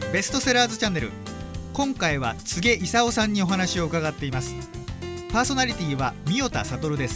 ベストセラーズチャンネル、今回は柘植勲さんにお話を伺っています。パーソナリティは三代田悟です。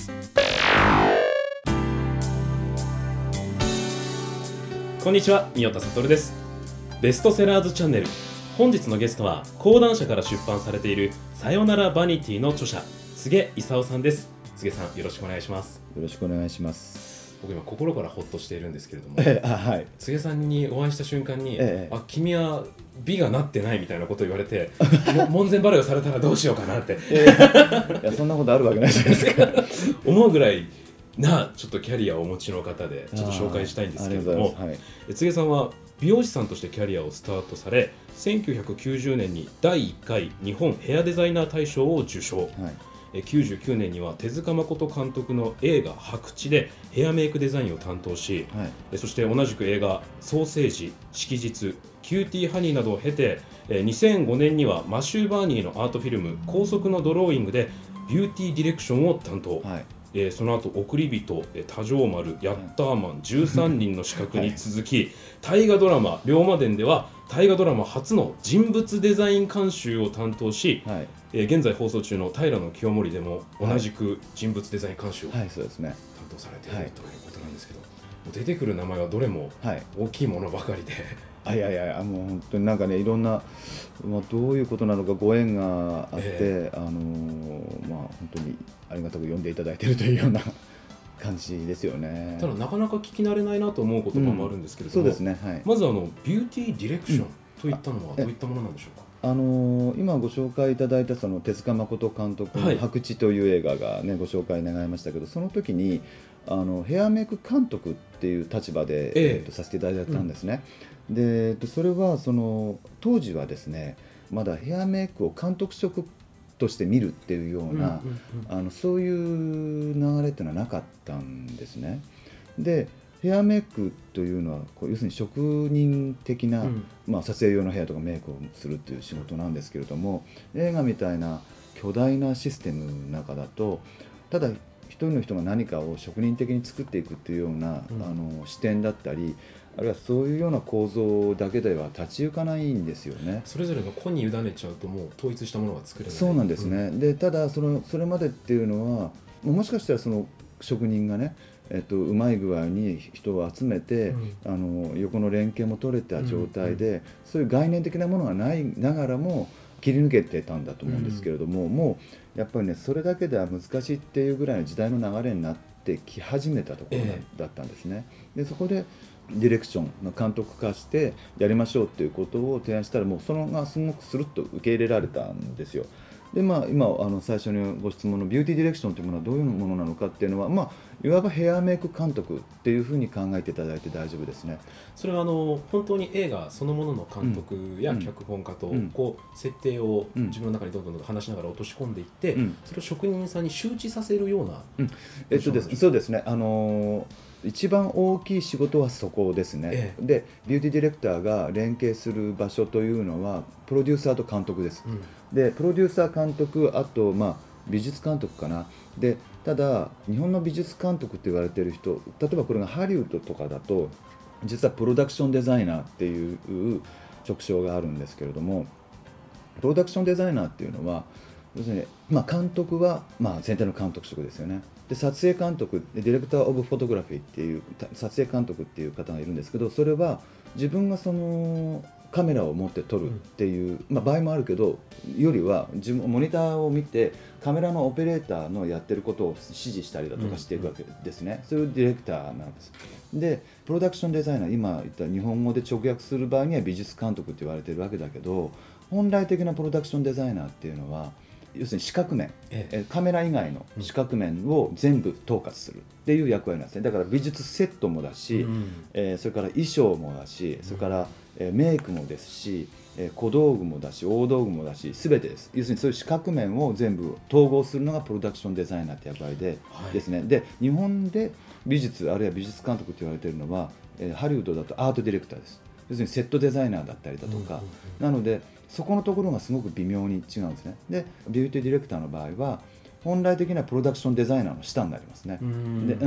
こんにちは、三代田悟です。ベストセラーズチャンネル、本日のゲストは講談社から出版されているさよならバニティの著者、柘植勲さんです。柘植さん、よろしくお願いします。 よろしくお願いします。 僕今心からほっとしているんですけれども、 はい、 柘植さんにお会いした瞬間に、君は美がなってないみたいなことを言われて門前払いをされたらどうしようかなっていや、そんなことあるわけないじゃないですか思うぐらいなちょっとキャリアをお持ちの方で、ちょっと紹介したいんですけれども、柘植さんは美容師さんとしてキャリアをスタートされ、1990年に第1回日本ヘアデザイナー大賞を受賞、99年には手塚誠監督の映画白痴でヘアメイクデザインを担当し、そして同じく映画ソーセージ、色日、キューティーハニーなどを経て、2005年にはマシュー・バーニーのアートフィルム高速のドローイングでビューティーディレクションを担当、その後送り人、多条丸、ヤッターマン、13人の資格に続き、大河ドラマ龍馬伝では大河ドラマ初の人物デザイン監修を担当し、現在放送中の平清盛でも同じく人物デザイン監修を担当されているということなんですけど、出てくる名前はどれも大きいものばかりで、 いやもう本当になんかね、いろんな、どういうことなのかご縁があって、本当にありがたく読んでいただいているというような感じですよね。 ただなかなか聞き慣れないなと思う言葉もあるんですけれども、 そうですね、 まずビューティーディレクションといったのはどういったものなんでしょうか。 今ご紹介いただいたその手塚誠監督の白痴という映画が、ご紹介願いましたけど、その時にヘアメイク監督っていう立場で、させていただいたんですね。でそれはその当時はですね、まだヘアメイクを監督職として見るっていうような、そういう流れっていうのはなかったんですね。でヘアメイクというのは要するに職人的な、撮影用のヘアとかメイクをするっていう仕事なんですけれども、映画みたいな巨大なシステムの中だと、ただ一人の人が何かを職人的に作っていくっていうような、視点だったり、あるいはそういうような構造だけでは立ち行かないんですよね。 それぞれの個に委ねちゃうともう統一したものが作れない。 そうなんですね。でただそれまでっていうのはもしかしたらその職人がね、うまい具合に人を集めて、横の連携も取れた状態で、そういう概念的なものがないながらも切り抜けてたんだと思うんですけれども、もうやっぱりね、それだけでは難しいっていうぐらいの時代の流れになってき始めたところだったんですね。でそこでディレクションの監督化してやりましょうっていうことを提案したら、もうそのがすごくスルッと受け入れられたんですよ。で今最初にご質問のビューティーディレクションというものはどういうものなのかっていうのは、いわばヘアメイク監督っていうふうに考えていただいて大丈夫ですね。 それは本当に映画そのものの監督や脚本家と設定を自分の中にどんどん話しながら落とし込んでいって、それを職人さんに周知させるような、 そうですね、一番大きい仕事はそこですね。でビューティーディレクターが連携する場所というのはプロデューサーと監督です。でプロデューサー監督、あと美術監督かな。でただ日本の美術監督って言われている人、例えばこれがハリウッドとかだと実はプロダクションデザイナーっていう職種があるんですけれども、プロダクションデザイナーっていうのは要するに、監督は全体の監督職ですよね。で撮影監督、ディレクター・オブ・フォトグラフィーっていう撮影監督っていう方がいるんですけど、それは自分がそのカメラを持って撮るっていう、場合もあるけど、よりは自分モニターを見てカメラのオペレーターのやってることを指示したりだとかしていくわけですね。そういうディレクターなんです。でプロダクションデザイナー、今言った日本語で直訳する場合には美術監督って言われてるわけだけど、本来的なプロダクションデザイナーっていうのは要するに視覚面、カメラ以外の視覚面を全部統括するっていう役割なんですね。だから美術セットもだし、それから衣装もだし、それからメイクもですし、小道具もだし大道具もだし、全てです。要するにそういう視覚面を全部統合するのがプロダクションデザイナーって役割で、ですね。で日本で美術あるいは美術監督と言われているのは、ハリウッドだとアートディレクターです。要するにセットデザイナーだったりだとか、なのでそこのところがすごく微妙に違うんですね。でビューティーディレクターの場合は本来的なプロダクションデザイナーの下になりますね。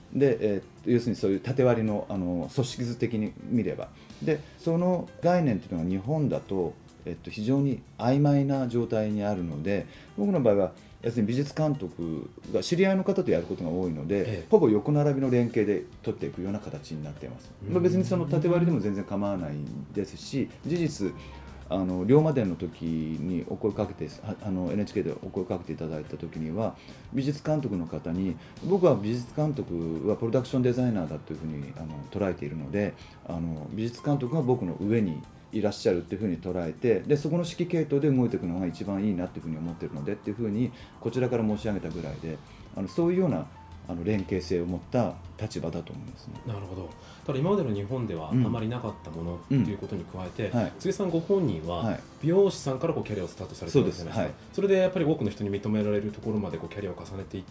で、要するにそういう縦割りの、組織図的に見ればでその概念というのは日本だと、非常に曖昧な状態にあるので僕の場合は要するに美術監督が知り合いの方とやることが多いので、ほぼ横並びの連携で取っていくような形になっています、別にその縦割りでも全然構わないですし事実龍馬伝の時にお声かけてNHK でお声かけていただいた時には美術監督の方に僕は美術監督はプロダクションデザイナーだというふうに捉えているので美術監督が僕の上にいらっしゃるっていうふうに捉えてでそこの指揮系統で動いていくのが一番いいなっていうふうに思っているのでっていうふうにこちらから申し上げたぐらいでそういうような連携性を持った立場だと思いますね。 なるほど。ただ今までの日本ではあまりなかったものということに加えて、柘植さんご本人は美容師さんからキャリアをスタートされているじゃないですか。それでやっぱり多くの人に認められるところまでキャリアを重ねていって、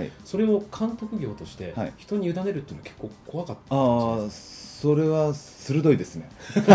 それを監督業として人に委ねるっていうのは結構怖かったんですか？ それは鋭いですね。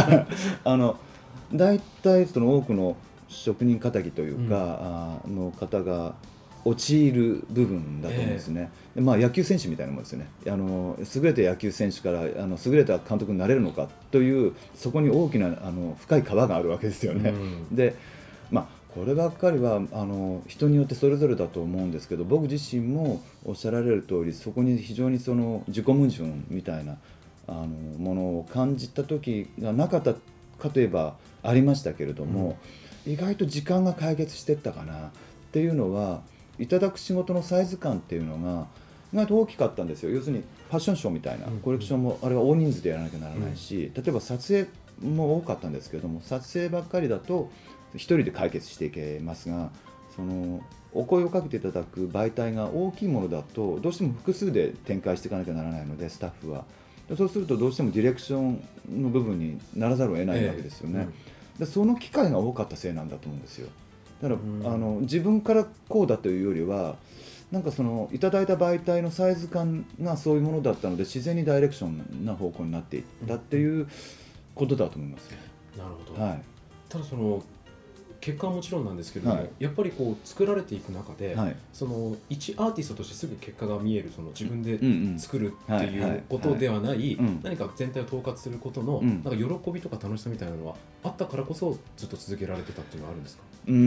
大体その多くの職人気質というか、の方が陥る部分だと思うんですね、野球選手みたいなものですよね。優れた野球選手から優れた監督になれるのかというそこに大きな深い川があるわけですよね、で、こればっかりは人によってそれぞれだと思うんですけど僕自身もおっしゃられる通りそこに非常にその自己矛盾みたいなものを感じた時がなかったかといえばありましたけれども、意外と時間が解決していったかなっていうのはいただく仕事のサイズ感っていうのが意外と大きかったんですよ。要するにファッションショーみたいなコレクションもあれは大人数でやらなきゃならないし、例えば撮影も多かったんですけれども撮影ばっかりだと一人で解決していけますがそのお声をかけていただく媒体が大きいものだとどうしても複数で展開していかなきゃならないのでスタッフはそうするとどうしてもディレクションの部分にならざるを得ないわけですよね、でその機会が多かったせいなんだと思うんですよ。だから自分からこうだというよりはなんかそのいただいた媒体のサイズ感がそういうものだったので自然にダイレクションな方向になっていったっていうことだと思います、 なるほど、ただその結果はもちろんなんですけれども、やっぱりこう作られていく中で、その一アーティストとしてすぐ結果が見えるその自分で作るっていうことではない何か全体を統括することのなんか喜びとか楽しさみたいなのはあったからこそずっと続けられてたっていうのはあるんですか？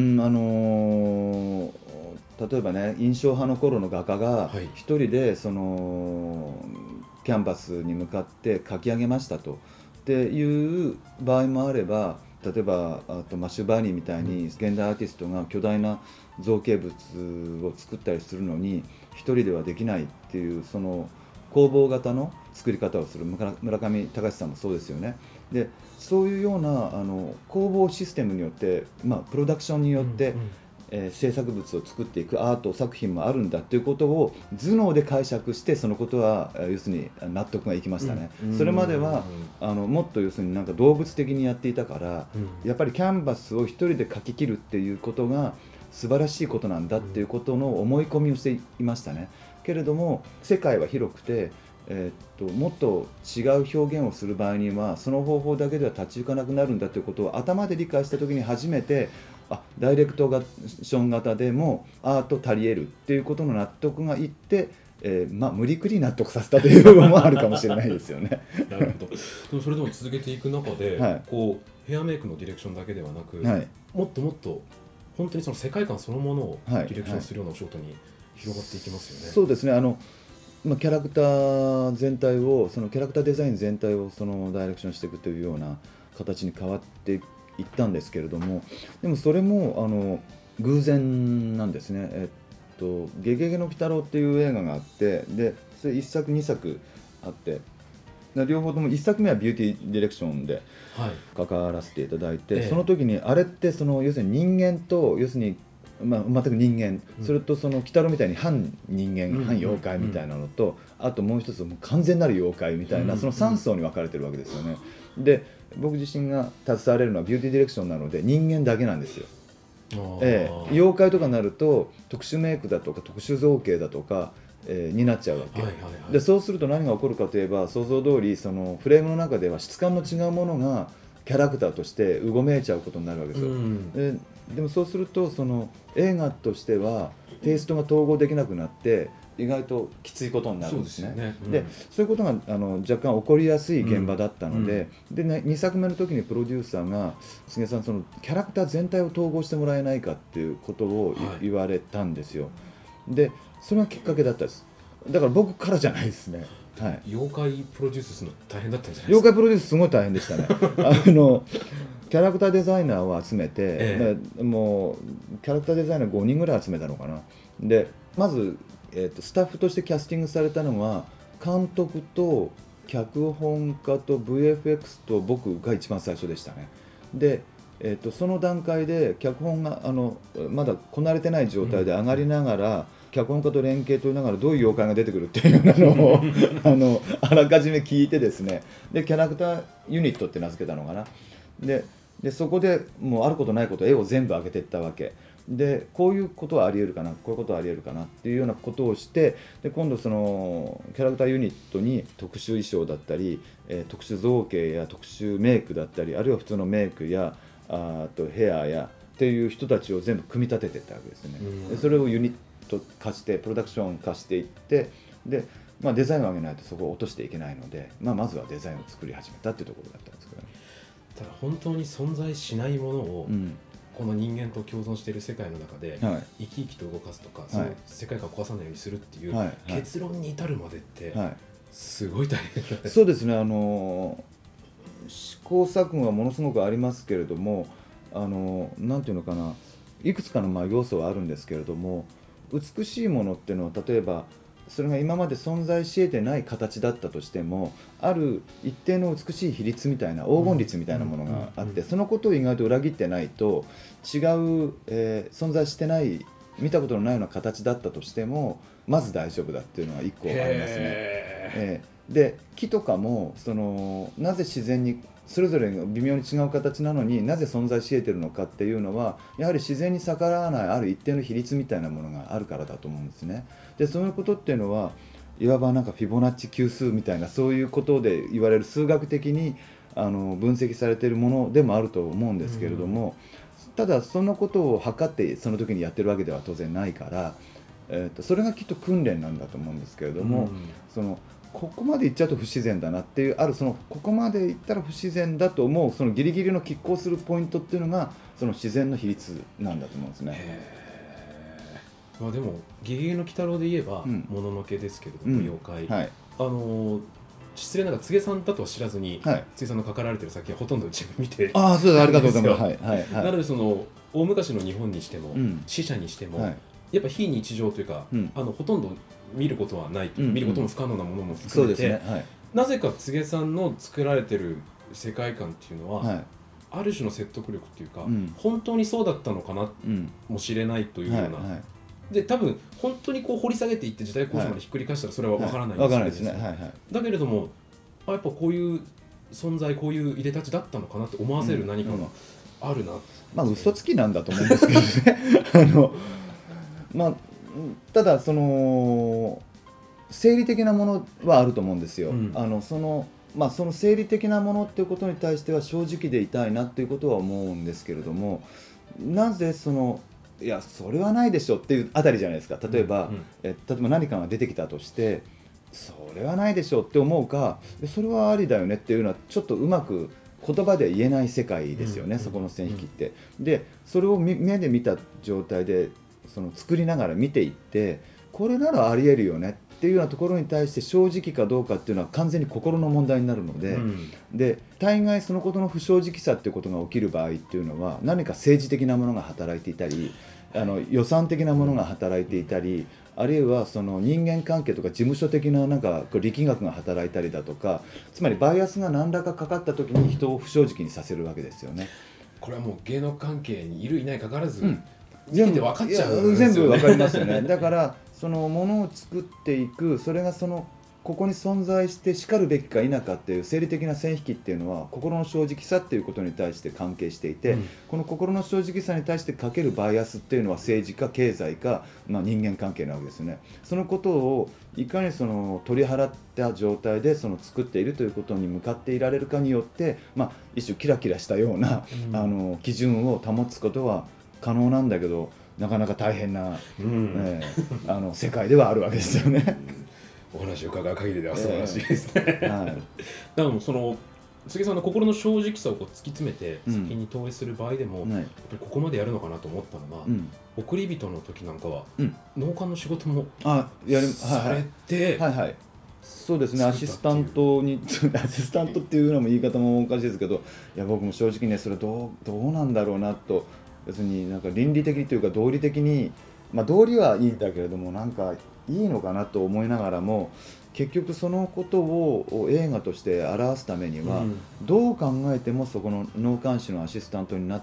例えばね印象派の頃の画家が一人でそのキャンバスに向かって描き上げましたとっていう場合もあれば例えばマシュバーニーみたいに現代アーティストが巨大な造形物を作ったりするのに一人ではできないっていうその工房型の作り方をする村上隆さんもそうですよね。でそういうような工房システムによって、プロダクションによって、制作物を作っていくアート作品もあるんだということを頭脳で解釈してそのことは要するに納得がいきましたね、それまではもっと要するになんか動物的にやっていたから、やっぱりキャンバスを一人で描き切るっていうことが素晴らしいことなんだっていうことの思い込みをしていましたね。けれども世界は広くてもっと違う表現をする場合にはその方法だけでは立ち行かなくなるんだということを頭で理解したときに初めてダイレクトション型でもアート足り得るっていうことの納得がいって、無理くり納得させたという部分もあるかもしれないですよね。 なるほど。でもそれでも続けていく中で、こうヘアメイクのディレクションだけではなく、もっともっと本当にその世界観そのものをディレクションするようなお仕事に広がっていきますよね。 そうですね。キャラクター全体をそのキャラクターデザイン全体をそのダイレクションしていくというような形に変わっていったんですけれども、でもそれも偶然なんですね。ゲゲゲの鬼太郎っていう映画があって、でそれ1作2作あって、両方とも1作目はビューティーディレクションで関わらせていただいて、その時にあれってその要するに人間と要するに全く人間、それとその鬼太郎みたいに反人間、反妖怪みたいなのと、あともう一つ完全なる妖怪みたいな、その3層に分かれてるわけですよね。で僕自身が携われるのはビューティーディレクションなので人間だけなんですよ。妖怪とかになると特殊メイクだとか特殊造形だとか、になっちゃうわけ、でそうすると何が起こるかといえば想像通りそのフレームの中では質感の違うものがキャラクターとしてうごめいちゃうことになるわけですよ、でもそうするとその映画としてはテイストが統合できなくなって意外ときついことになるんですね。 そうですよね、 でそういうことが若干起こりやすい現場だったので、でね、2作目の時にプロデューサーが菅さんそのキャラクター全体を統合してもらえないかっていうことを言われたんですよ。でそれがきっかけだったです。だから僕からじゃないですね。はい、 妖怪プロデュースするの大変だったんじゃないですか。 妖怪プロデュースすごい大変でしたねキャラクターデザイナーを集めて、もうキャラクターデザイナー5人ぐらい集めたのかな。でまず、スタッフとしてキャスティングされたのは監督と脚本家と VFX と僕が一番最初でしたね。で、その段階で脚本がまだこなれてない状態で上がりながら、脚本家と連携取りながらどういう妖怪が出てくるっていうのをあらかじめ聞いてですね、でキャラクターユニットって名付けたのかな。でそこでもうあることないこと絵を全部上げていったわけで、こういうことはあり得るかな、こういうことはあり得るかなっていうようなことをして、で今度そのキャラクターユニットに特殊衣装だったり、特殊造形や特殊メイクだったり、あるいは普通のメイクやあとヘアやっていう人たちを全部組み立てていったわけですね。でそれをユニット化してプロダクション化していって、で、デザインを上げないとそこを落としていけないので、まずはデザインを作り始めたっていうところだったんですけどね。 ただ本当に存在しないものを、この人間と共存している世界の中で、生き生きと動かすとか、その世界観を壊さないようにするっていう結論に至るまでって、すごい大変です。 そうですね、試行錯誤はものすごくありますけれども、なんていうのかな、いくつかの要素はあるんですけれども、美しいものっていうのは例えばそれが今まで存在し得てない形だったとしても、ある一定の美しい比率みたいな黄金率みたいなものがあって、そのことを意外と裏切ってないと違う、存在してない見たことのないような形だったとしてもまず大丈夫だっていうのが1個ありますね。で木とかもなぜ自然にそれぞれ微妙に違う形なのになぜ存在し得ているのかっていうのは、やはり自然に逆らわないある一定の比率みたいなものがあるからだと思うんですね。でそういうことっていうのはいわばなんかフィボナッチ級数みたいな、そういうことで言われる数学的に分析されているものでもあると思うんですけれども、ただそのことを測ってその時にやってるわけでは当然ないから、それがきっと訓練なんだと思うんですけれども、ここまでいっちゃうと不自然だなっていう、ここまでいったら不自然だと思うそのギリギリの拮抗するポイントっていうのがその自然の比率なんだと思うんですね。 でもゲゲゲの鬼太郎で言えばもののけですけれども、妖怪、失礼ながら柘植さんだとは知らずに、柘植さんの書かられてる作品はほとんど自分見てそうです、ありがとうございます。 なのでその大昔の日本にしても、死者にしても、やっぱ非日常というか、ほとんど見ることはないという、見ることも不可能なものも含めて、なぜか柘植さんの作られてる世界観っていうのは、ある種の説得力っていうか、本当にそうだったのかなもしれないというような、で多分本当にこう掘り下げていって時代構造までひっくり返したらそれは分からないんですよ。だけれどもやっぱこういう存在、こういういでたちだったのかなって思わせる何かがあるな。 嘘つきなんだと思うんですけどねただその生理的なものはあると思うんですよ。その生理的なものっていうことに対しては正直でいたいなっていうことは思うんですけれども、なぜいやそれはないでしょっていうあたりじゃないですか。例えば何かが出てきたとしてそれはないでしょって思うか、それはありだよねっていうのはちょっとうまく言葉で言えない世界ですよね、そこの線引きって。でそれを目で見た状態で作りながら見ていって、これならありえるよねっていうようなところに対して正直かどうかっていうのは完全に心の問題になるので、で大概そのことの不正直さっていうことが起きる場合っていうのは何か政治的なものが働いていたり、予算的なものが働いていたり、あるいはその人間関係とか事務所的ななんか力学が働いたりだとか、つまりバイアスが何らかかかった時に人を不正直にさせるわけですよね。 これはもう芸能関係にいるいないかかわらず、見てて分かっちゃうんですよね。 全部分かりますよね。だからそのものを作っていく、それがここに存在してしかるべきか否かっていう生理的な線引きっていうのは心の正直さっていうことに対して関係していて、この心の正直さに対してかけるバイアスっていうのは政治か経済か、人間関係なわけですね。そのことをいかに取り払った状態で作っているということに向かっていられるかによって、一種キラキラしたような、基準を保つことは可能なんだけど、 なかなか大変な、世界ではあるわけですよね。 お話を伺う限りでは素晴らしいですね。だからもうその柘植さんの心の正直さをこう突き詰めて作品に投影する場合でも、やっぱりここまでやるのかなと思ったのが、送り人の時なんかは、農家の仕事もされて、 そうですね、アシスタントっていうのも言い方もおかしいですけど、いや僕も正直ねそれどうなんだろうなと、別になんか倫理的というか道理的に、道理はいいんだけれどもなんかいいのかなと思いながらも、結局そのことを映画として表すためには、どう考えてもそこの納棺師のアシスタントになって、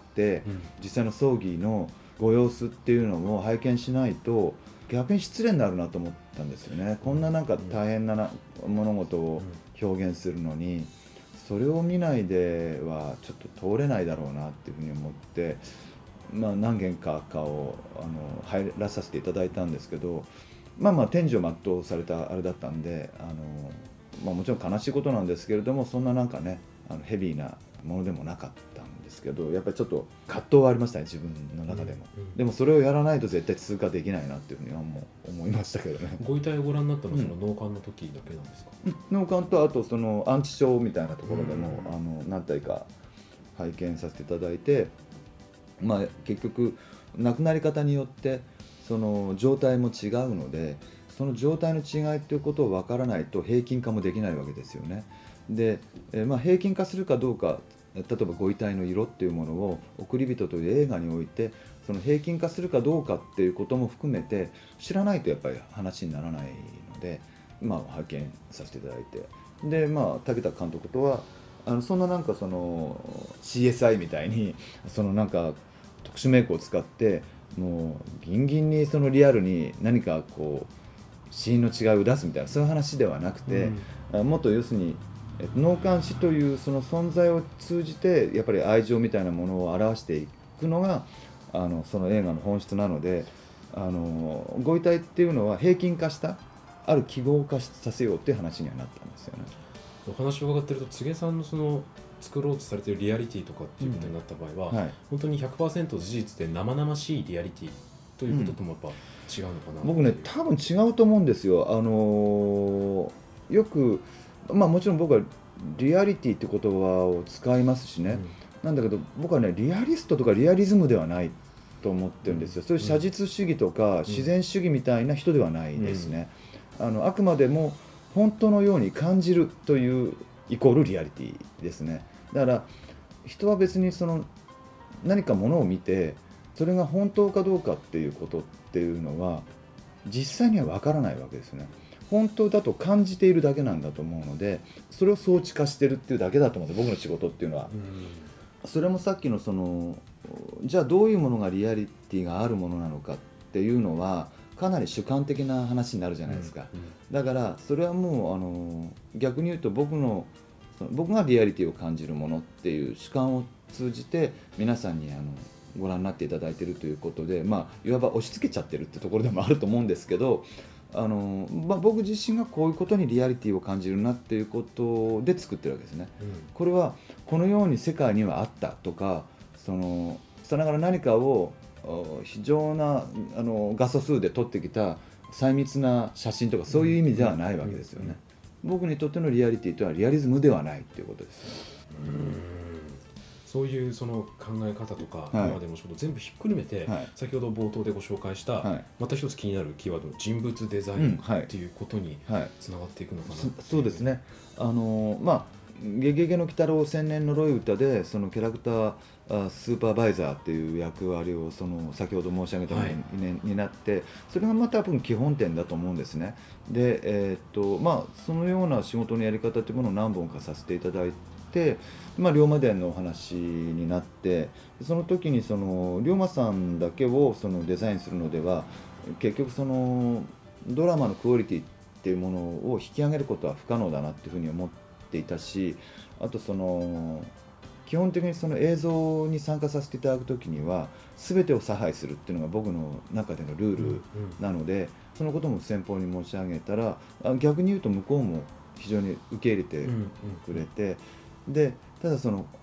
実際の葬儀のご様子っていうのも拝見しないと逆に失礼になるなと思ったんですよね。こんななんか大変な物事を表現するのに、それを見ないではちょっと通れないだろうなっていうふうに思って、何件かを入らさせていただいたんですけど、天寿を全うされたあれだったんで、もちろん悲しいことなんですけれども、そんななんかねヘビーなものでもなかったんですけど、やっぱりちょっと葛藤はありましたね、自分の中でも。でもそれをやらないと絶対通過できないなっていうふうにはもう思いましたけどね。 ご遺体をご覧になったのはその納棺の時だけなんですか？ 納棺と、あとその安置所みたいなところでも何体か拝見させていただいて、結局亡くなり方によってその状態も違うので、その状態の違いということを分からないと平均化もできないわけですよね。で、平均化するかどうか、例えばご遺体の色っていうものを送り人という映画においてその平均化するかどうかっていうことも含めて知らないとやっぱり話にならないので、拝見させていただいて、で武田監督とはそんななんかその CSI みたいにそのなんか特殊メイクを使ってもうギンギンにそのリアルに何かこうシーンの違いを出すみたいな、そういう話ではなくて、もっと要するに納棺師というその存在を通じてやっぱり愛情みたいなものを表していくのがその映画の本質なので、ご遺体っていうのは平均化したある記号化させようっていう話にはなったんですよね。 お話を伺ってると柘植さんのその作ろうとされているリアリティとかっていうことになった場合は、本当に 100% 事実で生々しいリアリティということともやっぱ違うのかな。 僕ね多分違うと思うんですよ。よくもちろん僕はリアリティって言葉を使いますしね、なんだけど僕はねリアリストとかリアリズムではないと思ってるんですよ。そういう写実主義とか自然主義みたいな人ではないですね。あくまでも本当のように感じるというイコールリアリティですね。だから人は別にその何かものを見てそれが本当かどうかっていうことっていうのは実際には分からないわけですね。本当だと感じているだけなんだと思うので、それを装置化してるっていうだけだと思うんです、僕の仕事っていうのは。それもさっきのそのじゃあどういうものがリアリティがあるものなのかっていうのはかなり主観的な話になるじゃないですか。だからそれはもう逆に言うと僕がリアリティを感じるものっていう主観を通じて皆さんにご覧になっていただいているということで、いわば押し付けちゃってるってところでもあると思うんですけど、僕自身がこういうことにリアリティを感じるなっていうことで作ってるわけですね。これはこのように世界にはあったとか、さながら何かを非常な画素数で撮ってきた細密な写真とかそういう意味ではないわけですよね。僕にとってのリアリティとはリアリズムではないっていうことですね。 そういうその考え方とか今までの仕事全部ひっくるめて、先ほど冒頭でご紹介した、また一つ気になるキーワードの人物デザインっていうことにつながっていくのかな。 そうですね。ゲゲゲの鬼太郎千年の呪い歌でそのキャラクタースーパーバイザーっていう役割を先ほど申し上げたようになって、それがまた多分基本点だと思うんですね。で、そのような仕事のやり方というものを何本かさせていただいて、龍馬伝のお話になって、その時に龍馬さんだけをデザインするのでは結局ドラマのクオリティっていうものを引き上げることは不可能だなっていうふうに思っていたし、あと基本的に映像に参加させていただく時には全てを差配するっていうのが僕の中でのルールなので、そのことも先方に申し上げたら逆に言うと向こうも非常に受け入れてくれて、でただ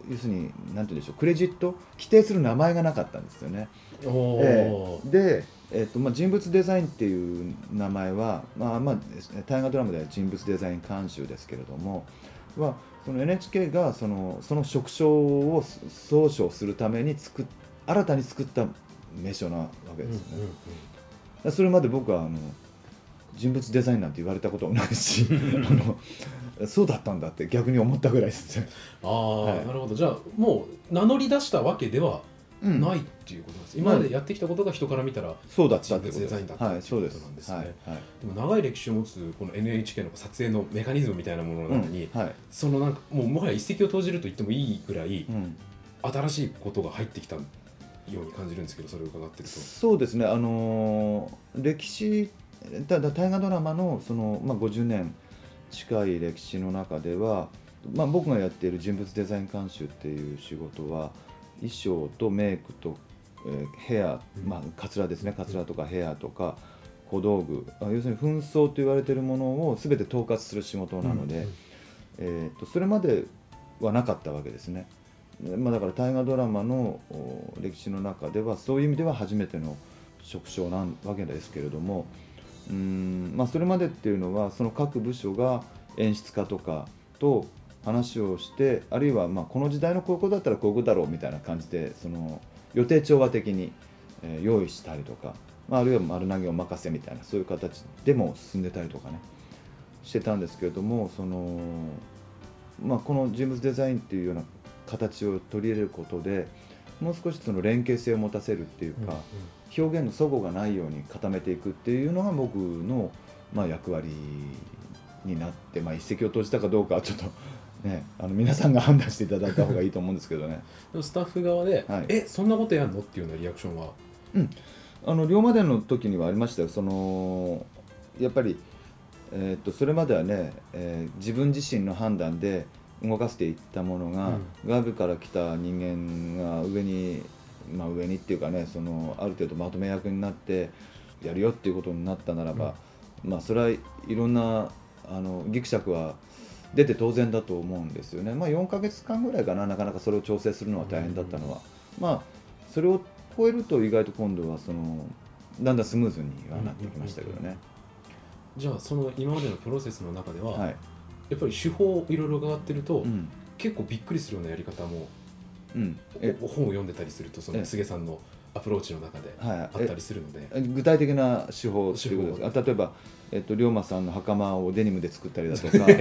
要するに何て言うんでしょう、クレジット規定する名前がなかったんですよね。で、人物デザインっていう名前は、大河ドラマでは人物デザイン監修ですけれども、その NHK がその職称を総称するために新たに作った名称なわけですよね。それまで僕は人物デザインなんて言われたこともないしそうだったんだって逆に思ったぐらいですね。 なるほど。じゃあもう名乗り出したわけではないっていうことなんです。今までやってきたことが人から見たらそうだったって人物デザインだったっていうことなんですね。でも長い歴史を持つこの NHK の撮影のメカニズムみたいなものの中に、そのなんかもはや一石を投じると言ってもいいぐらい、新しいことが入ってきたように感じるんですけど、それを伺ってると。 そうですね。歴史大河ドラマの50年近い歴史の中では、僕がやっている人物デザイン監修っていう仕事は衣装とメイクと、ヘア、カツラですね、カツラとかヘアとか小道具、要するに紛争と言われているものを全て統括する仕事なので、それまではなかったわけですね。だから大河ドラマの歴史の中ではそういう意味では初めての職種なわけですけれども、それまでっていうのはその各部署が演出家とかと話をして、あるいはこの時代のこういうことだったらこういうことだろうみたいな感じでその予定調和的に用意したりとか、あるいは丸投げを任せみたいな、そういう形でも進んでたりとかねしてたんですけれども、この人物デザインっていうような形を取り入れることでもう少しその連携性を持たせるっていうか、表現の齟齬がないように固めていくっていうのが僕の役割になって、一石を投じたかどうかはちょっとね、皆さんが判断していただいた方がいいと思うんですけどね。 でもスタッフ側で、そんなことやんのっていうようなリアクションは、 龍馬伝の時にはありましたよ。やっぱり、それまではね、自分自身の判断で動かしていったものが、外部から来た人間が上にっていうかね、ある程度まとめ役になってやるよっていうことになったならば、それはいろんなギクシャクは出て当然だと思うんですよね。4ヶ月間ぐらいかな、なかなかそれを調整するのは大変だったのは、それを超えると意外と今度はだんだんスムーズにはなってきましたけどね。 じゃあその今までのプロセスの中では、やっぱり手法をいろいろ伺ってると、結構びっくりするようなやり方も、本を読んでたりするとその柘植さんのアプローチの中であったりするので、 具体的な手法ということですか。例えば、龍馬さんの袴をデニムで作ったりだとか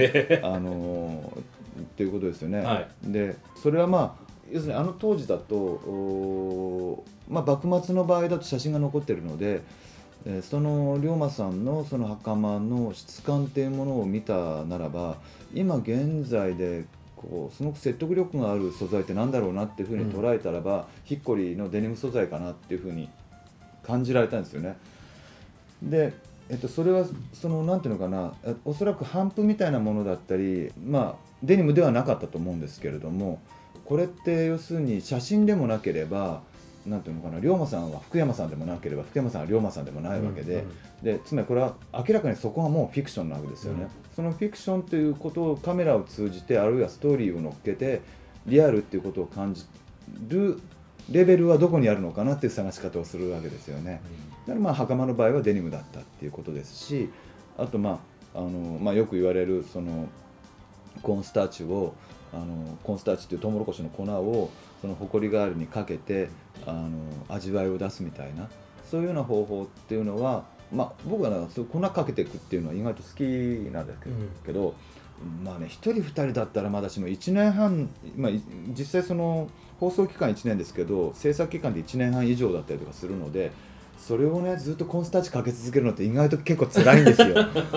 っていうことですよね。でそれは要するに当時だと幕末の場合だと写真が残ってるので、その龍馬さんのその袴の質感っていうものを見たならば、今現在ですごく説得力がある素材ってなんだろうなっていうふうに捉えたらば、ヒッコリーのデニム素材かなっていうふうに感じられたんですよね。で、それはなんていうのかな、おそらく帆布みたいなものだったり、デニムではなかったと思うんですけれども、これって要するに写真でもなければ、なんていうのかな、龍馬さんは福山さんでもなければ福山さんは龍馬さんでもないわけで、つまりこれは明らかにそこがもうフィクションなわけですよね。そのフィクションということをカメラを通じて、あるいはストーリーを乗っけてリアルっていうことを感じるレベルはどこにあるのかなっていう探し方をするわけですよね。だから袴の場合はデニムだったっていうことですし、あとよく言われるコーンスターチをコーンスターチっていうトウモロコシの粉をそのホコリ代わりにかけて味わいを出すみたいな、そういうような方法っていうのは、僕は粉かけていくっていうのは意外と好きなんですけど、1人2人だったらまだしも1年半、実際放送期間1年ですけど制作期間で1年半以上だったりとかするので、それをねずっとコーンスターチかけ続けるのって意外と結構辛いんですよ。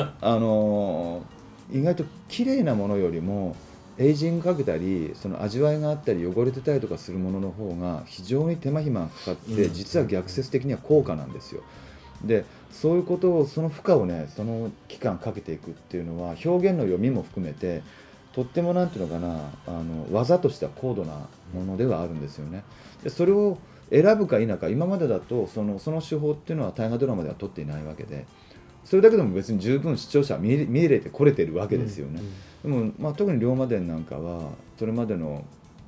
意外と綺麗なものよりもエイジングかけたり味わいがあったり汚れてたりとかするものの方が非常に手間暇がかかって、実は逆説的には高価なんですよ。でそういうことをその負荷をねその期間かけていくっていうのは表現の読みも含めてとってもなんていうのかな技としては高度なものではあるんですよね。でそれを選ぶか否か、今までだとその手法っていうのは大河ドラマでは取っていないわけで、それだけでも別に十分視聴者は見入れてこれてるわけですよね。でも特に龍馬伝なんかはそれまでの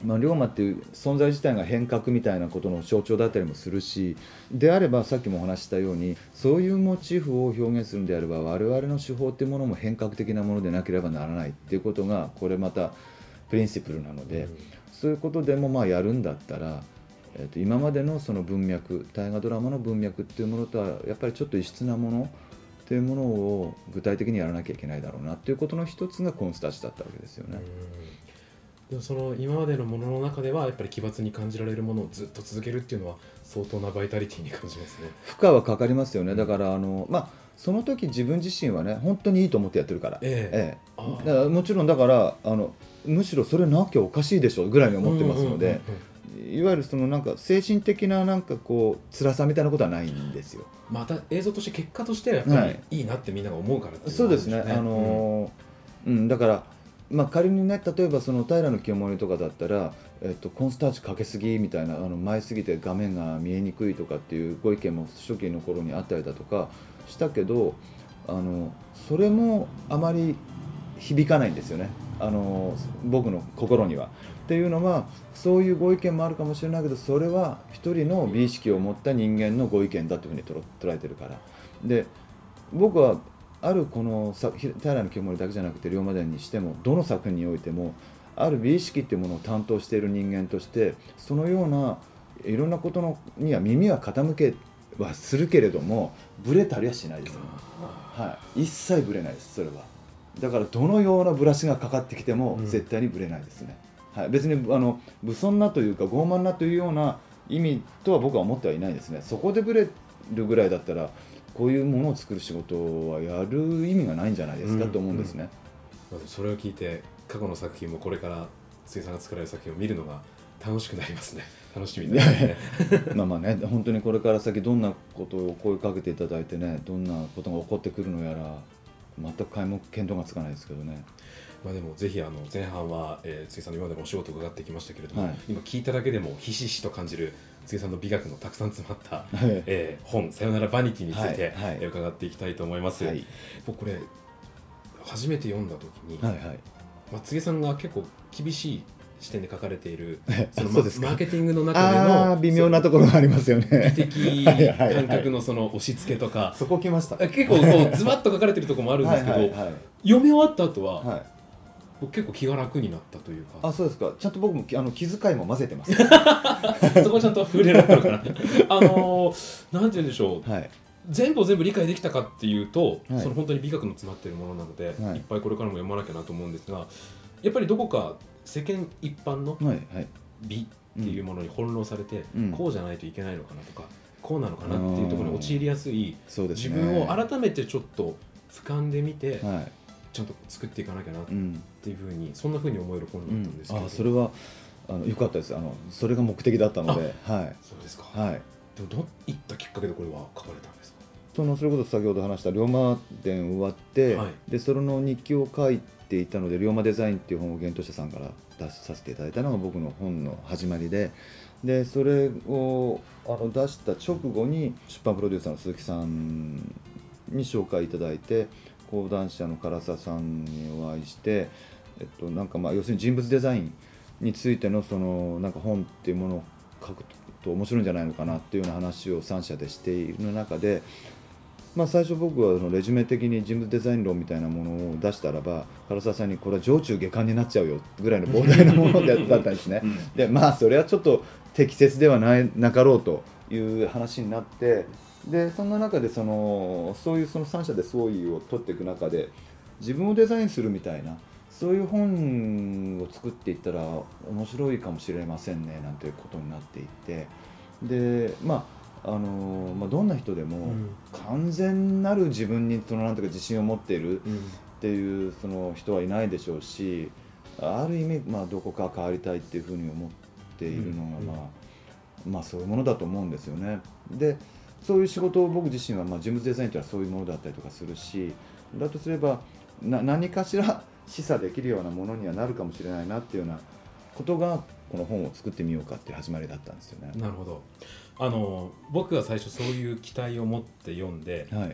龍馬っていう存在自体が変革みたいなことの象徴だったりもするし、であればさっきもお話ししたようにそういうモチーフを表現するんであれば我々の手法っていうものも変革的なものでなければならないっていうことがこれまたプリンシプルなので、そういうことでもやるんだったら、今までのその文脈、大河ドラマの文脈っていうものとはやっぱりちょっと異質なものっていうものを具体的にやらなきゃいけないだろうなっていうことの一つがコーンスターチだったわけですよね。 でもその今までのものの中ではやっぱり奇抜に感じられるものをずっと続けるっていうのは相当なバイタリティに感じますね。 負荷はかかりますよね。だからその時自分自身はね本当にいいと思ってやってるから、だからもちろんだからむしろそれなきゃおかしいでしょぐらいに思ってますので、いわゆるそのなんか精神的ななんかこう辛さみたいなことはないんですよ。 また映像として結果としてはやっぱりいいなってみんなが思うからっていうそうですね。だから仮にね、例えばその平清盛とかだったら、コーンスターチかけすぎみたいな前すぎて画面が見えにくいとかっていうご意見も初期の頃にあったりだとかしたけど、それもあまり響かないんですよね、僕の心には。っていうのはそういうご意見もあるかもしれないけど、それは一人の美意識を持った人間のご意見だというふうに捉えてるから。で僕はあるこの平清盛だけじゃなくて龍馬伝にしてもどの作品においてもある美意識っていうものを担当している人間としてそのようないろんなことには耳は傾けはするけれどもブレたりはしないです、一切ブレないです。それはだからどのようなブラシがかかってきても絶対にブレないですね、別に不遜なというか傲慢なというような意味とは僕は思ってはいないですね。そこでブレるぐらいだったらこういうものを作る仕事はやる意味がないんじゃないですかと思うんですね、 それを聞いて過去の作品もこれから杉さんが作られる作品を見るのが楽しくなりますね。楽しみになりますねね、本当にこれから先どんなことを声かけていただいてね、どんなことが起こってくるのやら全く皆目見当がつかないですけどね。 でもぜひ前半は、杉さんの今までもお仕事を伺ってきましたけれども、今聞いただけでもひしひしと感じる杉さんの美学のたくさん詰まった、本さよならバニティについて、伺っていきたいと思います、僕これ初めて読んだ時に、杉さんが結構厳しい視点で書かれているそのマーケティングの中での微妙なところがありますよね。 美的感覚のその押し付けとかそこ来ました。 結構こうズバッと書かれてるところもあるんですけど、読み終わった後は、結構気が楽になったというか。 そうですか。ちゃんと僕も気遣いも混ぜてますそこはちゃんと触れられるかななんて言うんでしょう、全部理解できたかっていうと、その本当に美学の詰まっているものなので、いっぱいこれからも読まなきゃなと思うんですが、やっぱりどこか世間一般の美っていうものに翻弄されて、こうじゃないといけないのかなとか、こうなのかなっていうところに陥りやすい、自分を改めてちょっと俯瞰で見て、ちゃんと作っていかなきゃなっていうふうに、そんなふうに思える本だったんですけど、 それは良かったです。それが目的だったので。 そうですか。でもどういったきっかけでこれは書かれたんですか？ それこそ先ほど話した龍馬伝終わって、でそれの日記を書いていたので、龍馬デザインっていう本を幻冬舎さんから出させていただいたのが僕の本の始まりで、それを出した直後に出版プロデューサーの鈴木さんに紹介いただいて、講談社の唐沢さんにお会いして、要するに人物デザインについてのなんか本っていうものを書くと面白いんじゃないのかなっていうような話を3社でしている中で、最初僕はレジュメ的に人物デザイン論みたいなものを出したらば、唐沢さんにこれは上中下巻になっちゃうよぐらいの膨大なものだったんですねでそれはちょっと適切ではなかろうという話になって、でそんな中でそういう3社で相違を取っていく中で、自分をデザインするみたいなそういう本を作っていったら面白いかもしれませんねなんていうことになっていって、でどんな人でも完全なる自分になんていうか自信を持っているっていう人はいないでしょうし、ある意味どこか変わりたいっていうふうに思っているのがそういうものだと思うんですよね。でそういう仕事を僕自身は人物デザインというのはそういうものだったりとかするし、だとすれば何かしら示唆できるようなものにはなるかもしれないなっていうようなことがこの本を作ってみようかっていう始まりだったんですよね。 なるほど。僕が最初そういう期待を持って読んで、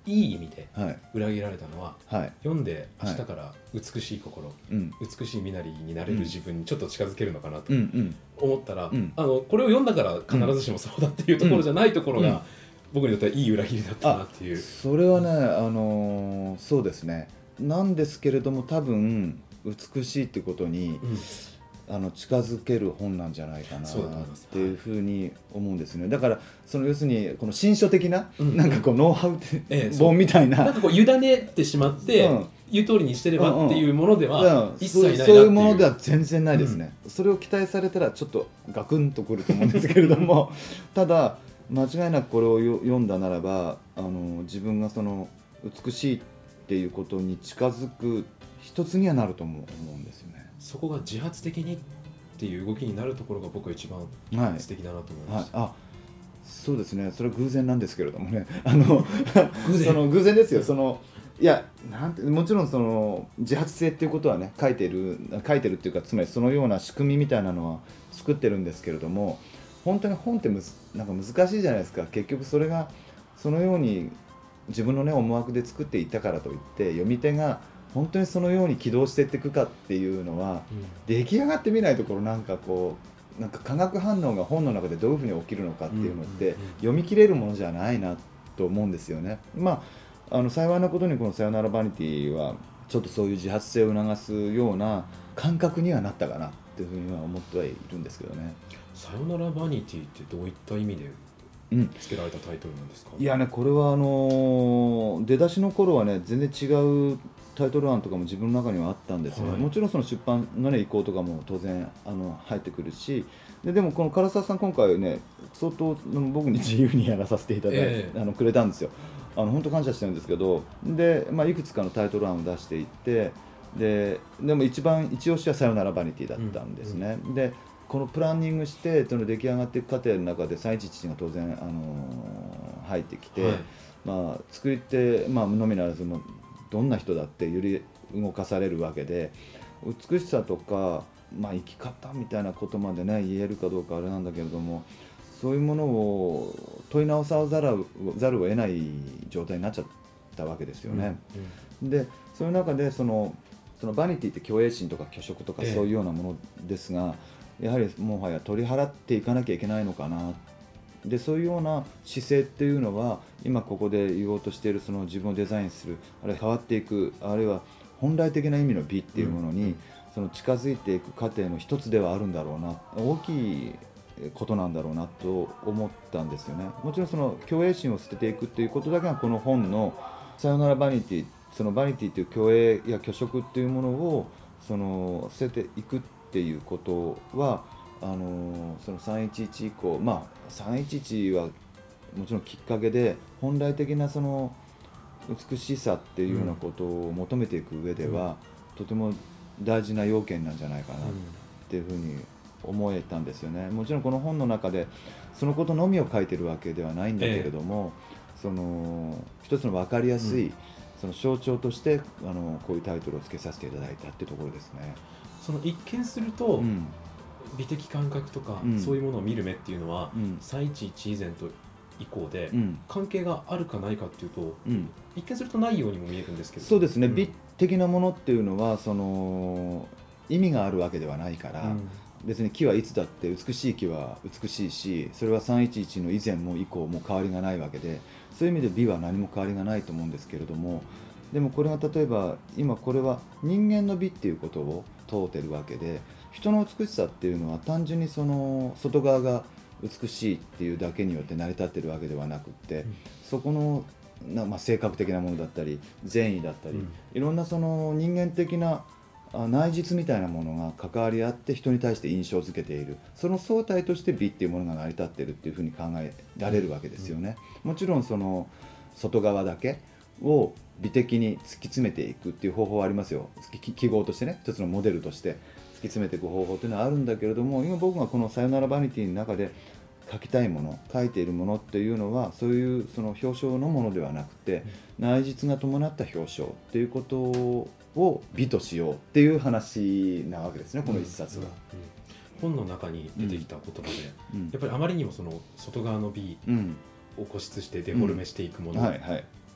いい意味ではい裏切られたのは、 はい、 読んで明日から美しい心、美しい身なりになれる自分にちょっと近づけるのかなと思ったら、これを読んだから必ずしもそうだっていうところじゃないところが、僕にとってはいい裏切りだったなっていう。 それはね、そうですね、なんですけれども多分美しいってことに、近づける本なんじゃないかなっていうふうに思うんですね。だからその要するにこの新書的な、なんかこうノウハウ本みたいな、 なんかこう委ねてしまって、言う通りにしてればっていうものでは一切ないなっていう、 そういうものでは全然ないですね。それを期待されたらちょっとガクンとくると思うんですけれどもただ間違いなくこれを読んだならば、自分がその美しいっていうことに近づく一つにはなると思うんですよね。 そこが自発的にっていう動きになるところが僕は一番素敵だなと思いました。 そうですね、それは偶然なんですけれどもねその偶然ですよ。いやもちろんその自発性っていうことはね書いてるっていうか、つまりそのような仕組みみたいなのは作ってるんですけれども、本当に本ってなんか難しいじゃないですか。結局それがそのように自分のね思惑で作っていったからといって読み手が本当にそのように起動していっていくかっていうのは、出来上がってみないところなんか化学反応が本の中でどういうふうに起きるのかっていうのって読み切れるものじゃないなと思うんですよね。幸いなことにこのさよならバニティはちょっとそういう自発性を促すような感覚にはなったかなっていうふうには思ってはいるんですけどね。 さよならバニティってどういった意味で付けられたタイトルなんですか？ いやね、これは出だしの頃はね全然違うタイトル案とかも自分の中にはあったんですね。もちろんその出版の、ね、意向とかも当然入ってくるし、でもこの唐沢さん今回ね相当僕に自由にやらさせていただいて、くれたんですよ。本当感謝してるんですけど、で、いくつかのタイトル案を出していって、でも一押しはさよならバニティだったんですね。でこのプランニングしてその出来上がっていく過程の中で311が当然、入ってきて、作り手、のみならずもどんな人だって揺り動かされるわけで、美しさとか、生き方みたいなことまでね言えるかどうかあれなんだけれども、そういうものを問い直さざるを得ない状態になっちゃったわけですよね。でそういう中でそのバニティって虚栄心とか虚飾とかそういうようなものですが、やはりもはや取り払っていかなきゃいけないのかな。でそういうような姿勢っていうのは今ここで言おうとしているその自分をデザインする、あるいは変わっていく、あるいは本来的な意味の美っていうものに、その近づいていく過程の一つではあるんだろうな、大きいことなんだろうなと思ったんですよね。もちろんその虚栄心を捨てていくっていうことだけがこの本のさよならバニティ、そのバニティという虚栄や虚飾っていうものを捨てていくっていうことはその311以降、311はもちろんきっかけで本来的なその美しさっていうようなことを求めていく上では、とても大事な要件なんじゃないかなっていうふうに思えたんですよね。もちろんこの本の中でそのことのみを書いてるわけではないんだけれども、その一つの分かりやすい、その象徴としてこういうタイトルをつけさせていただいたっていうところですね。 その一見すると、美的感覚とか、そういうものを見る目っていうのは、311以前と以降で、関係があるかないかっていうと、一見するとないようにも見えるんですけど。 そうですね、美的なものっていうのはその意味があるわけではないから、別に木はいつだって美しい木は美しいし、それは311の以前も以降も変わりがないわけで、そういう意味で美は何も変わりがないと思うんですけれども、でもこれが例えば今これは人間の美っていうことを問うてるわけで、人の美しさっていうのは単純にその外側が美しいっていうだけによって成り立ってるわけではなくって、そこの性格的なものだったり善意だったり、いろんなその人間的な内実みたいなものが関わり合って人に対して印象づけている、その総体として美っていうものが成り立っているっていうふうに考えられるわけですよね。もちろんその外側だけを美的に突き詰めていくっていう方法はありますよ。記号としてね、一つのモデルとして突き詰めていく方法というのはあるんだけれども、今僕がこのさよならバニティの中で書きたいもの、書いているものっていうのはそういうその表彰のものではなくて、内実が伴った表彰っていうことを美としようっていう話なわけですね、この一冊は。 本の中に出てきた言葉で、やっぱりあまりにもその外側の美を固執してデフォルメしていくもの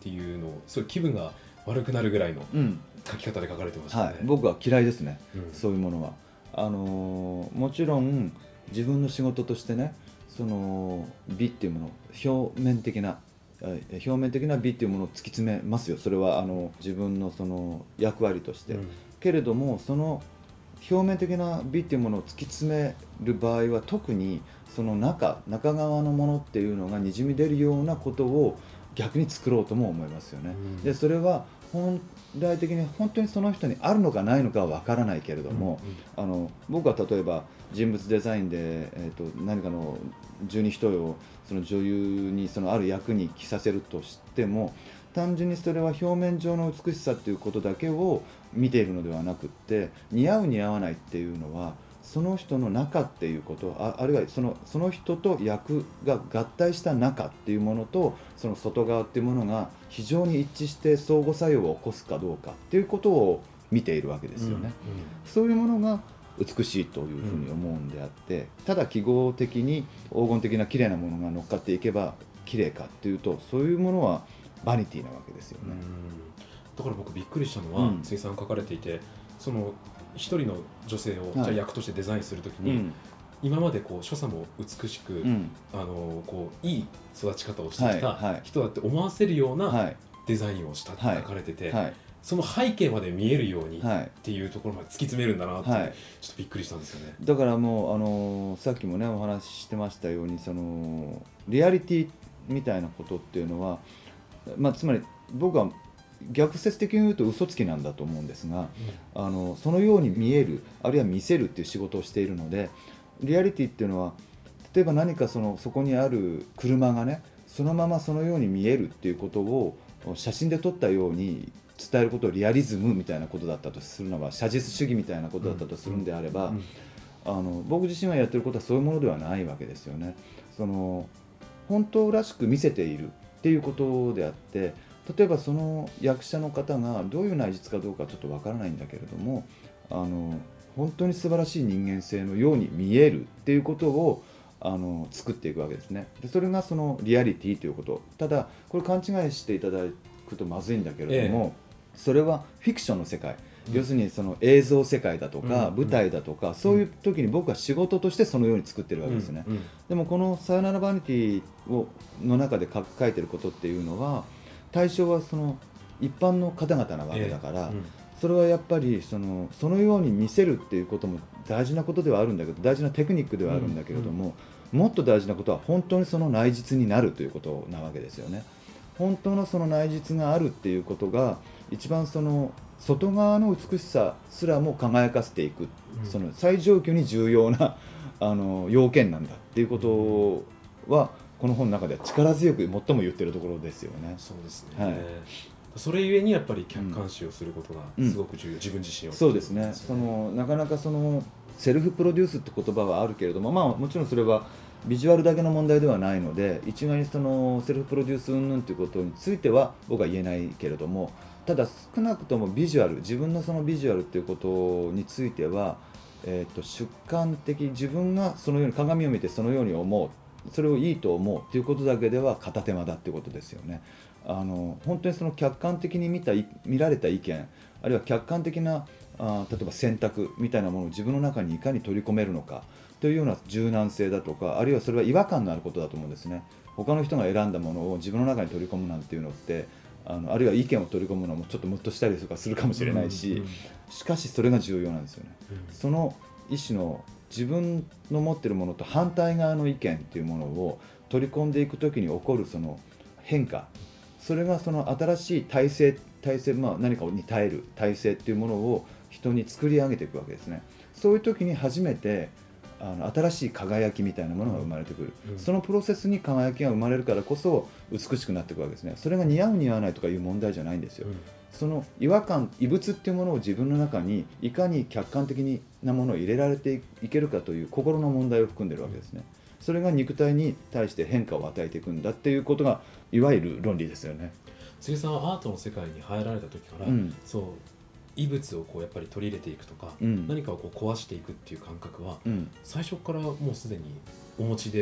っていうのをすごい気分が悪くなるぐらいの書き方で書かれてましたね。 はい、僕は嫌いですね、 うん、 そういうものは。もちろん自分の仕事としてね、その美っていうもの、表面的な美っていうものを突き詰めますよ。それは自分のその役割として、けれどもその表面的な美っていうものを突き詰める場合は、特にその中側のものっていうのがにじみ出るようなことを逆に作ろうとも思いますよね。でそれは本来的に本当にその人にあるのかないのかは分からないけれども、僕は例えば人物デザインで、何かの十二人をその女優にそのある役に着させるとしても、単純にそれは表面上の美しさっていうことだけを見ているのではなくって、似合う似合わないっていうのはその人の中っていうこと、あるいはその人と役が合体した中っていうものと、その外側っていうものが非常に一致して相互作用を起こすかどうかっていうことを見ているわけですよね。そういうものが美しいというふうに思うんであって、ただ記号的に黄金的な綺麗なものが乗っかっていけば綺麗かっていうと、そういうものはバニティなわけですよね。 だから僕びっくりしたのは、杉さん書かれていて、その一人の女性をじゃあ役としてデザインするときに、今までこう所作も美しく、こういい育ち方をしてきた人だって思わせるようなデザインをしたって書かれてて、その背景まで見えるようにっていうところまで突き詰めるんだなって、ちょっとびっくりしたんですよね。 だからもうさっきもねお話ししてましたように、そのリアリティみたいなことっていうのは、つまり僕は逆説的に言うと嘘つきなんだと思うんですが、そのように見える、あるいは見せるっていう仕事をしているので、リアリティっていうのは、例えば何かそこにある車がね、そのままそのように見えるっていうことを写真で撮ったように伝えることをリアリズムみたいなことだったとするならば、写実主義みたいなことだったとするんであれば、僕自身がやってることはそういうものではないわけですよね。その本当らしく見せているっていうことであって、例えばその役者の方がどういう内実かどうかちょっとわからないんだけれども、本当に素晴らしい人間性のように見えるっていうことを作っていくわけですね。でそれがそのリアリティということ。ただこれ勘違いしていただくとまずいんだけれども、それはフィクションの世界、要するにその映像世界だとか舞台だとか、そういう時に僕は仕事としてそのように作ってるわけですね。でもこのさよならバニティの中で書いてることっていうのは、対象はその一般の方々なわけだから、それはやっぱりそのように見せるっていうことも大事なことではあるんだけど、大事なテクニックではあるんだけれども、もっと大事なことは本当にその内実になるということなわけですよね。本当のその内実があるっていうことが一番その外側の美しさすらも輝かせていく、その最上級に重要な要件なんだっていうことは、この本の中では力強く最も言ってるところですよね。 そうですね、それゆえにやっぱり客観視をすることがすごく重要、自分自身を。 そうですね。なかなかセルフプロデュースって言葉はあるけれども、もちろんそれはビジュアルだけの問題ではないので、一概にセルフプロデュース云々ということについては僕は言えないけれども、ただ少なくともビジュアル、自分のそのビジュアルっていうことについては、主観的、自分がそのように鏡を見てそのように思う、それをいいと思うということだけでは片手間だということですよね。本当にその客観的に見られた意見、あるいは客観的な例えば選択みたいなものを自分の中にいかに取り込めるのかというような柔軟性だとか、あるいはそれは違和感のあることだと思うんですね。他の人が選んだものを自分の中に取り込むなんていうのって、あるいは意見を取り込むのもちょっとムッとしたりとかするかもしれないし、しかしそれが重要なんですよね。その一種の自分の持っているものと反対側の意見というものを取り込んでいくときに起こるその変化、それがその新しい体制、何かに耐える体制というものを人に作り上げていくわけですね。そういう時に初めて新しい輝きみたいなものが生まれてくる、そのプロセスに輝きが生まれるからこそ美しくなっていくわけですね。それが似合う似合わないとかいう問題じゃないんですよ。その違和感、異物っていうものを自分の中にいかに客観的なものを入れられていけるかという心の問題を含んでいるわけですね。それが肉体に対して変化を与えていくんだっていうことがいわゆる論理ですよね。 杉さんはアートの世界に入られた時から、そう異物をこうやっぱり取り入れていくとか、何かをこう壊していくっていう感覚は、最初からもうすでにお持ちで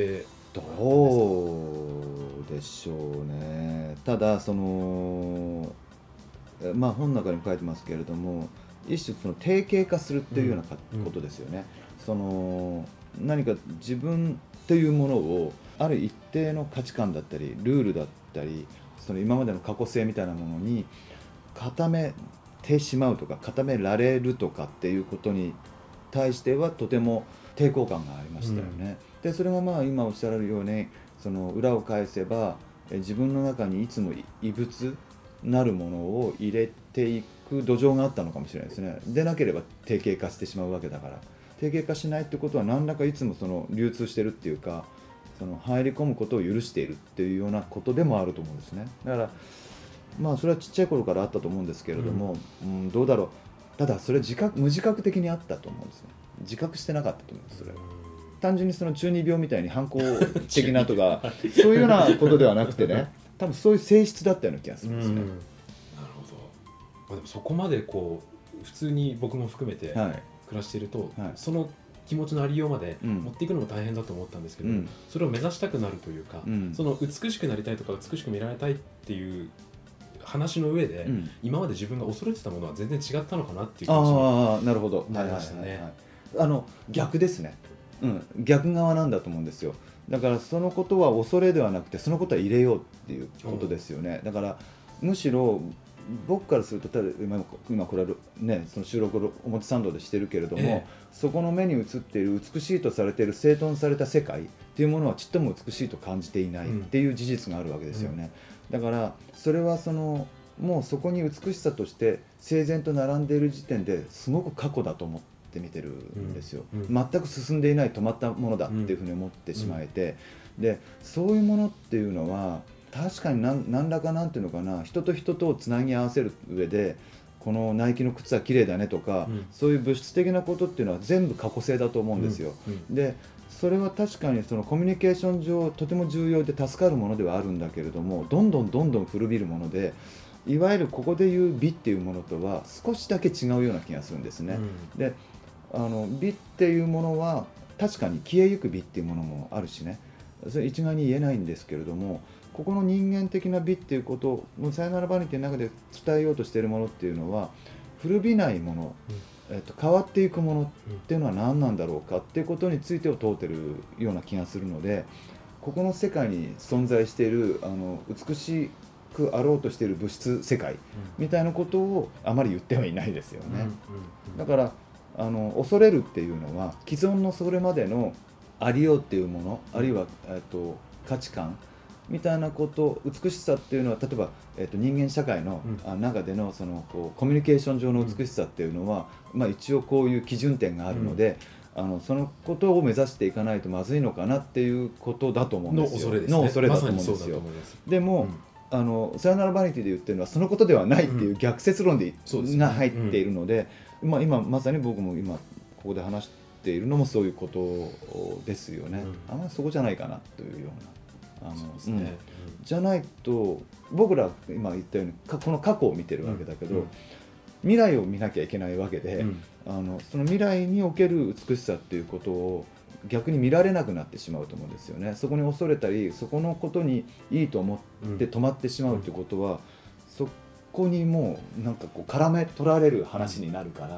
どうでしょうね。ただそのまあ本の中にも書いてますけれども、一種その定型化するっていうようなことですよね。その何か自分というものをある一定の価値観だったりルールだったり、その今までの過去性みたいなものに固めてしまうとか固められるとかっていうことに対してはとても抵抗感がありましたよね。でそれがまあ今おっしゃられるように、その裏を返せば自分の中にいつも異物なるものを入れていく土壌があったのかもしれないですね。でなければ定型化してしまうわけだから、定型化しないってことは何らかいつもその流通してるっていうか、その入り込むことを許しているっていうようなことでもあると思うんですね。だからまあそれはちっちゃい頃からあったと思うんですけれども、どうだろう。ただそれ無自覚的にあったと思うんですね。自覚してなかったと思うんです。それ単純にその中二病みたいに反抗的なとかそういうようなことではなくてね、多分そういう性質だったような気がするんですね。なるほど。まあ、でもそこまでこう普通に僕も含めて暮らしていると、その気持ちのありようまで持っていくのも大変だと思ったんですけど、それを目指したくなるというか、その美しくなりたいとか美しく見られたいっていう話の上で、今まで自分が恐れてたものは全然違ったのかなっていう感じになりましたね。 逆ですね。逆側なんだと思うんですよ。だからそのことは恐れではなくて、そのことは入れようっていうことですよね。だからむしろ僕からすると、今これはね、その収録を表参道でしてるけれども、そこの目に映っている美しいとされている整頓された世界っていうものはちっとも美しいと感じていないっていう事実があるわけですよね。だからそれはもうそこに美しさとして整然と並んでいる時点ですごく過去だと思って見てるんですよ。全く進んでいない止まったものだっていうふうに思ってしまえて、でそういうものっていうのは確かに何らかなんていうのかな、人と人とをつなぎ合わせる上でこのナイキの靴は綺麗だねとか、そういう物質的なことっていうのは全部過去性だと思うんですよ。でそれは確かにそのコミュニケーション上とても重要で助かるものではあるんだけれども、どんどん古びるもので、いわゆるここでいう美っていうものとは少しだけ違うような気がするんですね。で美っていうものは確かに消えゆく美っていうものもあるしね、それ一概に言えないんですけれども、ここの人間的な美っていうことをさよならバニティの中で伝えようとしているものっていうのは、古びないもの、変わっていくものっていうのは何なんだろうかっていうことについてを問うてるような気がするので、ここの世界に存在している美しくあろうとしている物質世界みたいなことをあまり言ってはいないですよね。だから恐れるっていうのは既存のそれまでのありようっていうもの、あるいは価値観みたいなこと、美しさっていうのは例えば、人間社会の中でのコミュニケーション上の美しさっていうのは、一応こういう基準点があるので、そのことを目指していかないとまずいのかなっていうことだと思うんですよ。の恐れだと思うんですよ。でもさよならバニティで言ってるのはそのことではないっていう逆説論が入っているので、今まさに僕も今ここで話しているのもそういうことですよね。あんまりそこじゃないかなというような。じゃないと僕ら今言ったようにこの過去を見てるわけだけど、未来を見なきゃいけないわけで、その未来における美しさっていうことを逆に見られなくなってしまうと思うんですよね。そこに恐れたりそこのことにいいと思って止まってしまうということは、そこにもうなんかこう絡め取られる話になるから、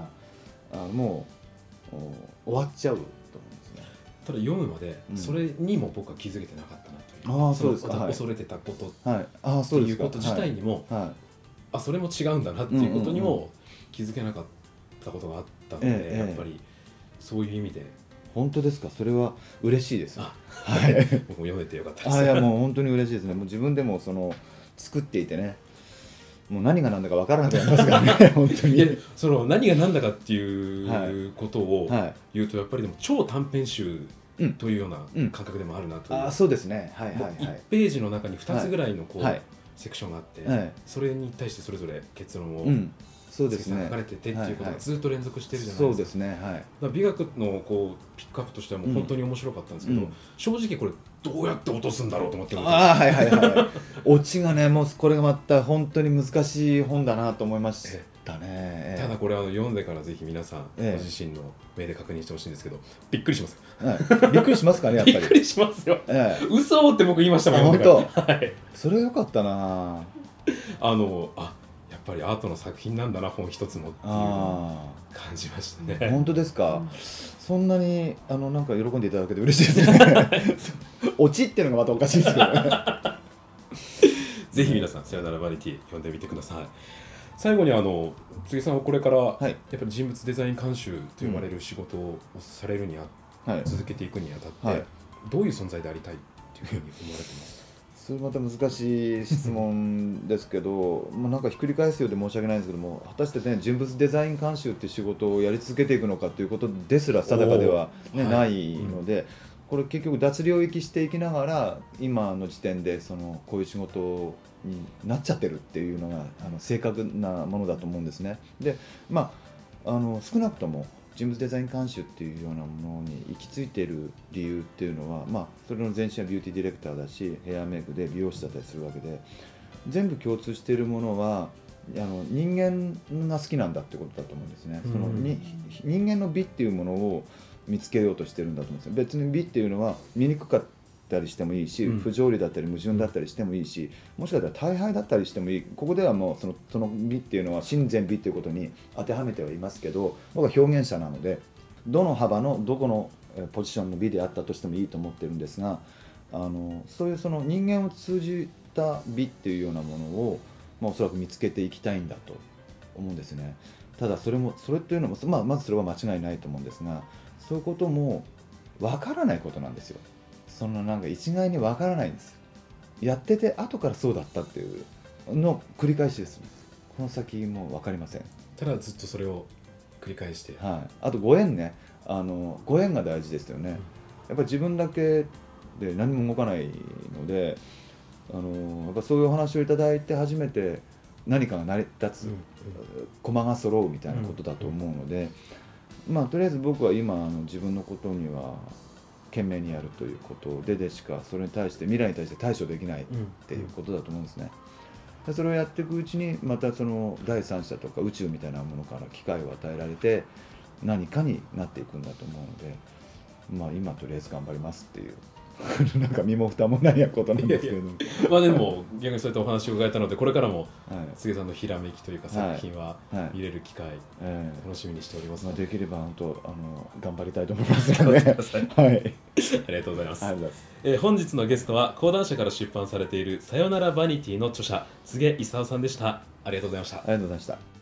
もう終わっちゃうと思うんですね。 ただ読むまでそれにも僕は気づけてなかったなという、 そうですか。 恐れてたことっていうこと自体にも、それも違うんだなっていうことにも気づけなかったことがあったので、やっぱりそういう意味で。 本当ですか。それは嬉しいです。 僕も読めてよかったです。 いやもう本当に嬉しいですね。もう自分でも作っていてね、もう何が何だか分からなくなりますからね。本当に。いや何が何だかっていうことを言うと、やっぱりでも超短編集というような感覚でもあるなという。 そうですね。 1ページの中に2つぐらいのセクションがあって、それに対してそれぞれ結論をそうですね、書かれててっていうことがずっと連続してるじゃないですか。 そうですね。 美学のピックアップとしてはもう本当に面白かったんですけど、正直これどうやって落とすんだろうと思ってオチがね、もうこれがまた本当に難しい本だなと思いましたね、 ただこれ読んでからぜひ皆さん、ご自身の目で確認してほしいんですけど、びっくりします、 びっくりしますかね、やっぱりびっくりしますよ、嘘って僕言いましたもん。 本当、 はい、 それはよかったな。 やっぱりアートの作品なんだな、本一つもっていうのを感じましたね。 本当ですか、そんなになんか喜んでいただけて嬉しいですねオチっていうのがまたおかしいですけどねぜひ皆さん、さよならバニティ読んでみてください。最後に柘さんはこれからやっぱり人物デザイン監修と呼ばれる仕事をされるに続けていくにあたって、どういう存在でありたいというふうに思われてますか？ それまた難しい質問ですけどなんかひっくり返すようで申し訳ないんですけども、果たしてね、人物デザイン監修っていう仕事をやり続けていくのかということですら定かでは、ないので、これ結局脱領域していきながら今の時点でこういう仕事になっちゃってるっていうのが正確なものだと思うんですね。で、少なくとも人物デザイン監修っていうようなものに行き着いている理由っていうのは、それの前身はビューティーディレクターだし、ヘアメイクで美容師だったりするわけで、全部共通しているものは人間が好きなんだってことだと思うんですね。人間の美っていうものを見つけようとしてるんだと思うんですよ。別に美っていうのは醜かったりしてもいいし、不条理だったり矛盾だったりしてもいいし、もしかしたら大敗だったりしてもいい。ここではもうその美っていうのは真善美っていうことに当てはめてはいますけど、僕は表現者なのでどの幅のどこのポジションの美であったとしてもいいと思ってるんですが、そういう人間を通じた美っていうようなものを、おそらく見つけていきたいんだと思うんですね。ただそれっていうのも、まずそれは間違いないと思うんですが、そういうこともわからないことなんですよ。なんか一概にわからないんです。やってて後からそうだったっていうの繰り返しです。この先も分かりません。 ただずっとそれを繰り返して、 あとご縁ね、ご縁が大事ですよね。やっぱり自分だけで何も動かないので、やっぱそういうお話をいただいて初めて何かが成り立つ、駒が揃うみたいなことだと思うので、とりあえず僕は今自分のことには懸命にやるということでしか、それに対して未来に対して対処できないっていうことだと思うんですね。でそれをやっていくうちにまた第三者とか宇宙みたいなものから機会を与えられて何かになっていくんだと思うので、今とりあえず頑張りますっていうなんか身も蓋もないことなんですけれども、 でも逆にそういったお話を伺えたので、これからも柘さんのひらめきというか作品は見れる機会、楽しみにしております。 できれば本当頑張りたいと思いますので、はい、 ありがとうございます。本日のゲストは講談社から出版されているさよならバニティの著者柘勲さんでした。ありがとうございました。 ありがとうございました。